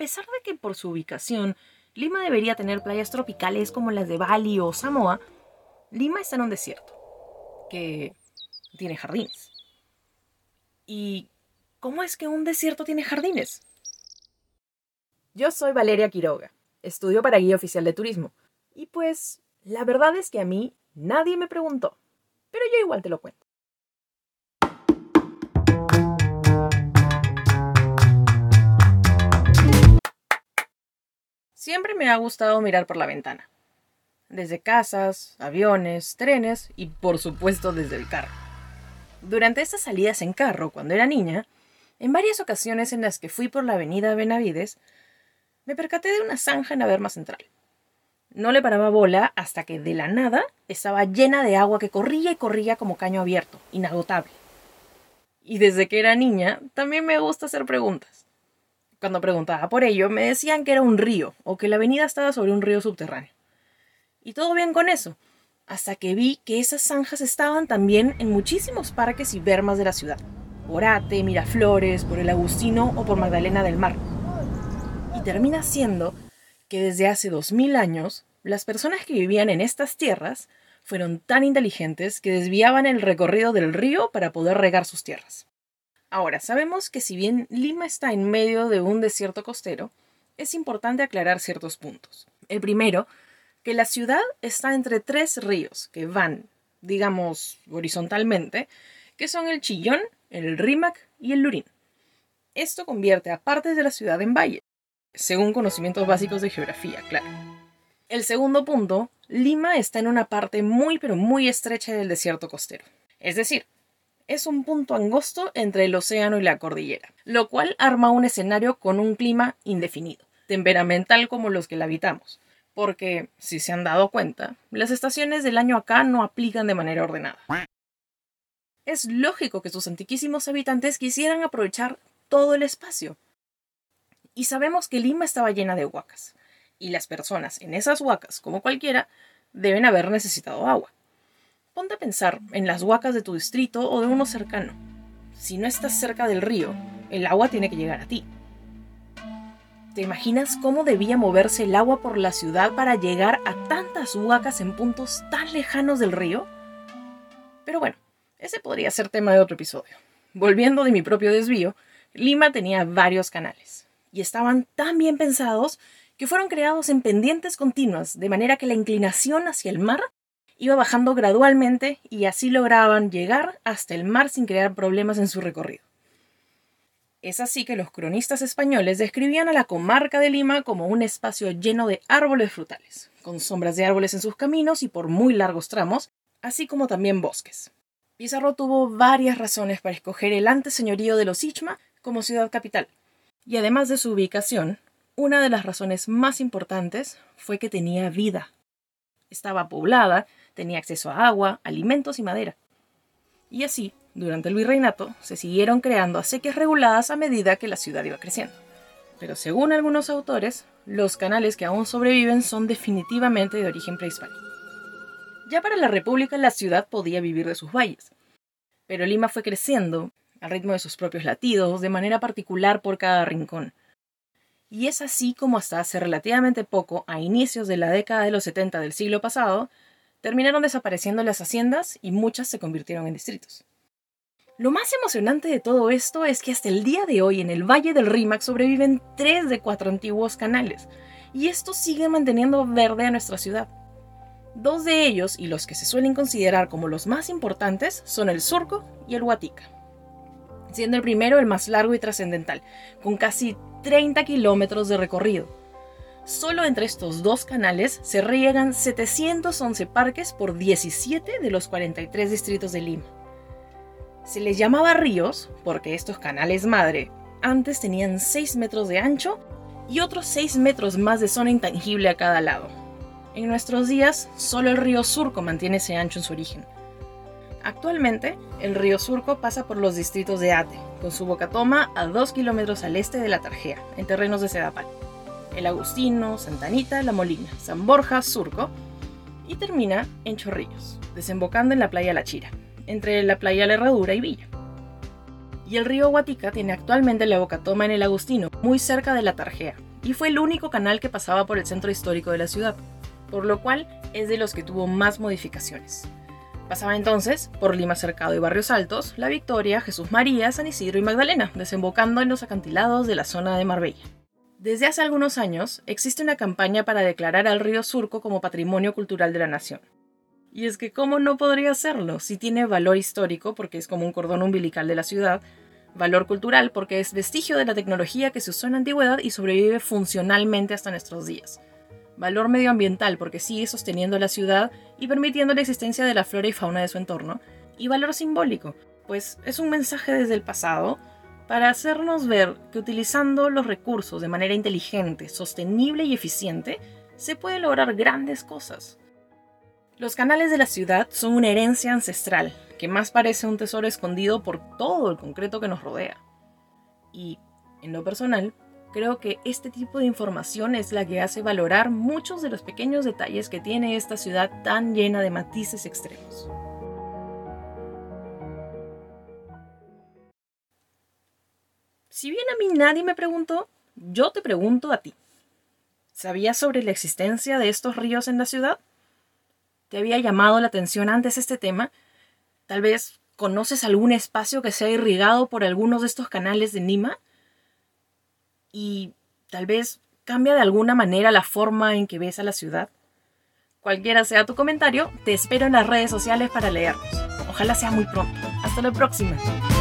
pesar de que por su ubicación Lima debería tener playas tropicales como las de Bali o Samoa, Lima está en un desierto, que tiene jardines. ¿Y cómo es que un desierto tiene jardines? Yo soy Valeria Quiroga, estudio para guía oficial de turismo, y pues la verdad es que a mí nadie me preguntó, pero yo igual te lo cuento. Siempre me ha gustado mirar por la ventana. Desde casas, aviones, trenes y por supuesto desde el carro. Durante estas salidas en carro, cuando era niña, en varias ocasiones en las que fui por la avenida Benavides, me percaté de una zanja en la berma central. No le paraba bola hasta que de la nada estaba llena de agua que corría y corría como caño abierto, inagotable. Y desde que era niña, también me gusta hacer preguntas. Cuando preguntaba por ello, me decían que era un río o que la avenida estaba sobre un río subterráneo. Y todo bien con eso, hasta que vi que esas zanjas estaban también en muchísimos parques y bermas de la ciudad. Por Ate, Miraflores, por el Agustino o por Magdalena del Mar. Y termina siendo que desde hace 2000 años, las personas que vivían en estas tierras fueron tan inteligentes que desviaban el recorrido del río para poder regar sus tierras. Ahora, sabemos que si bien Lima está en medio de un desierto costero, es importante aclarar ciertos puntos. El primero, que la ciudad está entre 3 ríos que van, digamos, horizontalmente, que son el Chillón, el Rímac y el Lurín. Esto convierte a partes de la ciudad en valle, según conocimientos básicos de geografía, claro. El segundo punto, Lima está en una parte muy pero muy estrecha del desierto costero. Es decir, es un punto angosto entre el océano y la cordillera, lo cual arma un escenario con un clima indefinido, temperamental como los que la habitamos. Porque, si se han dado cuenta, las estaciones del año acá no aplican de manera ordenada. Es lógico que sus antiquísimos habitantes quisieran aprovechar todo el espacio. Y sabemos que Lima estaba llena de huacas, y las personas en esas huacas, como cualquiera, deben haber necesitado agua. Ponte a pensar en las huacas de tu distrito o de uno cercano. Si no estás cerca del río, el agua tiene que llegar a ti. ¿Te imaginas cómo debía moverse el agua por la ciudad para llegar a tantas huacas en puntos tan lejanos del río? Pero bueno, ese podría ser tema de otro episodio. Volviendo de mi propio desvío, Lima tenía varios canales, y estaban tan bien pensados que fueron creados en pendientes continuas, de manera que la inclinación hacia el mar iba bajando gradualmente y así lograban llegar hasta el mar sin crear problemas en su recorrido. Es así que los cronistas españoles describían a la comarca de Lima como un espacio lleno de árboles frutales, con sombras de árboles en sus caminos y por muy largos tramos, así como también bosques. Pizarro tuvo varias razones para escoger el anteseñorío de los Ichma como ciudad capital, y además de su ubicación, una de las razones más importantes fue que tenía vida. Estaba poblada, tenía acceso a agua, alimentos y madera. Y así, durante el virreinato, se siguieron creando acequias reguladas a medida que la ciudad iba creciendo. Pero según algunos autores, los canales que aún sobreviven son definitivamente de origen prehispánico. Ya para la República la ciudad podía vivir de sus valles. Pero Lima fue creciendo, al ritmo de sus propios latidos, de manera particular por cada rincón. Y es así como hasta hace relativamente poco, a inicios de la década de los 70 del siglo pasado, terminaron desapareciendo las haciendas y muchas se convirtieron en distritos. Lo más emocionante de todo esto es que hasta el día de hoy en el Valle del Rímac sobreviven 3 de 4 antiguos canales, y esto sigue manteniendo verde a nuestra ciudad. 2 de ellos, y los que se suelen considerar como los más importantes, son el Surco y el Huatica, siendo el primero el más largo y trascendental, con casi 30 kilómetros de recorrido. Solo entre estos 2 canales se riegan 711 parques por 17 de los 43 distritos de Lima. Se les llamaba ríos porque estos canales madre antes tenían 6 metros de ancho y otros 6 metros más de zona intangible a cada lado. En nuestros días, solo el río Surco mantiene ese ancho en su origen. Actualmente, el río Surco pasa por los distritos de Ate, con su bocatoma a 2 kilómetros al este de La Tarjea, en terrenos de Sedapal, el Agustino, Santa Anita, La Molina, San Borja, Surco, y termina en Chorrillos, desembocando en la playa La Chira, entre la playa La Herradura y Villa. Y el río Huatica tiene actualmente la bocatoma en el Agustino, muy cerca de La Tarjea, y fue el único canal que pasaba por el centro histórico de la ciudad, por lo cual es de los que tuvo más modificaciones. Pasaba entonces por Lima Cercado y Barrios Altos, La Victoria, Jesús María, San Isidro y Magdalena, desembocando en los acantilados de la zona de Marbella. Desde hace algunos años existe una campaña para declarar al río Surco como Patrimonio Cultural de la Nación. Y es que ¿cómo no podría serlo? Si tiene valor histórico porque es como un cordón umbilical de la ciudad, valor cultural porque es vestigio de la tecnología que se usó en la antigüedad y sobrevive funcionalmente hasta nuestros días. Valor medioambiental porque sigue sosteniendo la ciudad y permitiendo la existencia de la flora y fauna de su entorno. Y valor simbólico, pues es un mensaje desde el pasado para hacernos ver que utilizando los recursos de manera inteligente, sostenible y eficiente, se pueden lograr grandes cosas. Los canales de la ciudad son una herencia ancestral, que más parece un tesoro escondido por todo el concreto que nos rodea. Y, en lo personal, creo que este tipo de información es la que hace valorar muchos de los pequeños detalles que tiene esta ciudad tan llena de matices extremos. Si bien a mí nadie me preguntó, yo te pregunto a ti. ¿Sabías sobre la existencia de estos ríos en la ciudad? ¿Te había llamado la atención antes este tema? Tal vez conoces algún espacio que sea irrigado por algunos de estos canales de Lima y tal vez cambia de alguna manera la forma en que ves a la ciudad. Cualquiera sea tu comentario, te espero en las redes sociales para leerlos. Ojalá sea muy pronto. Hasta la próxima.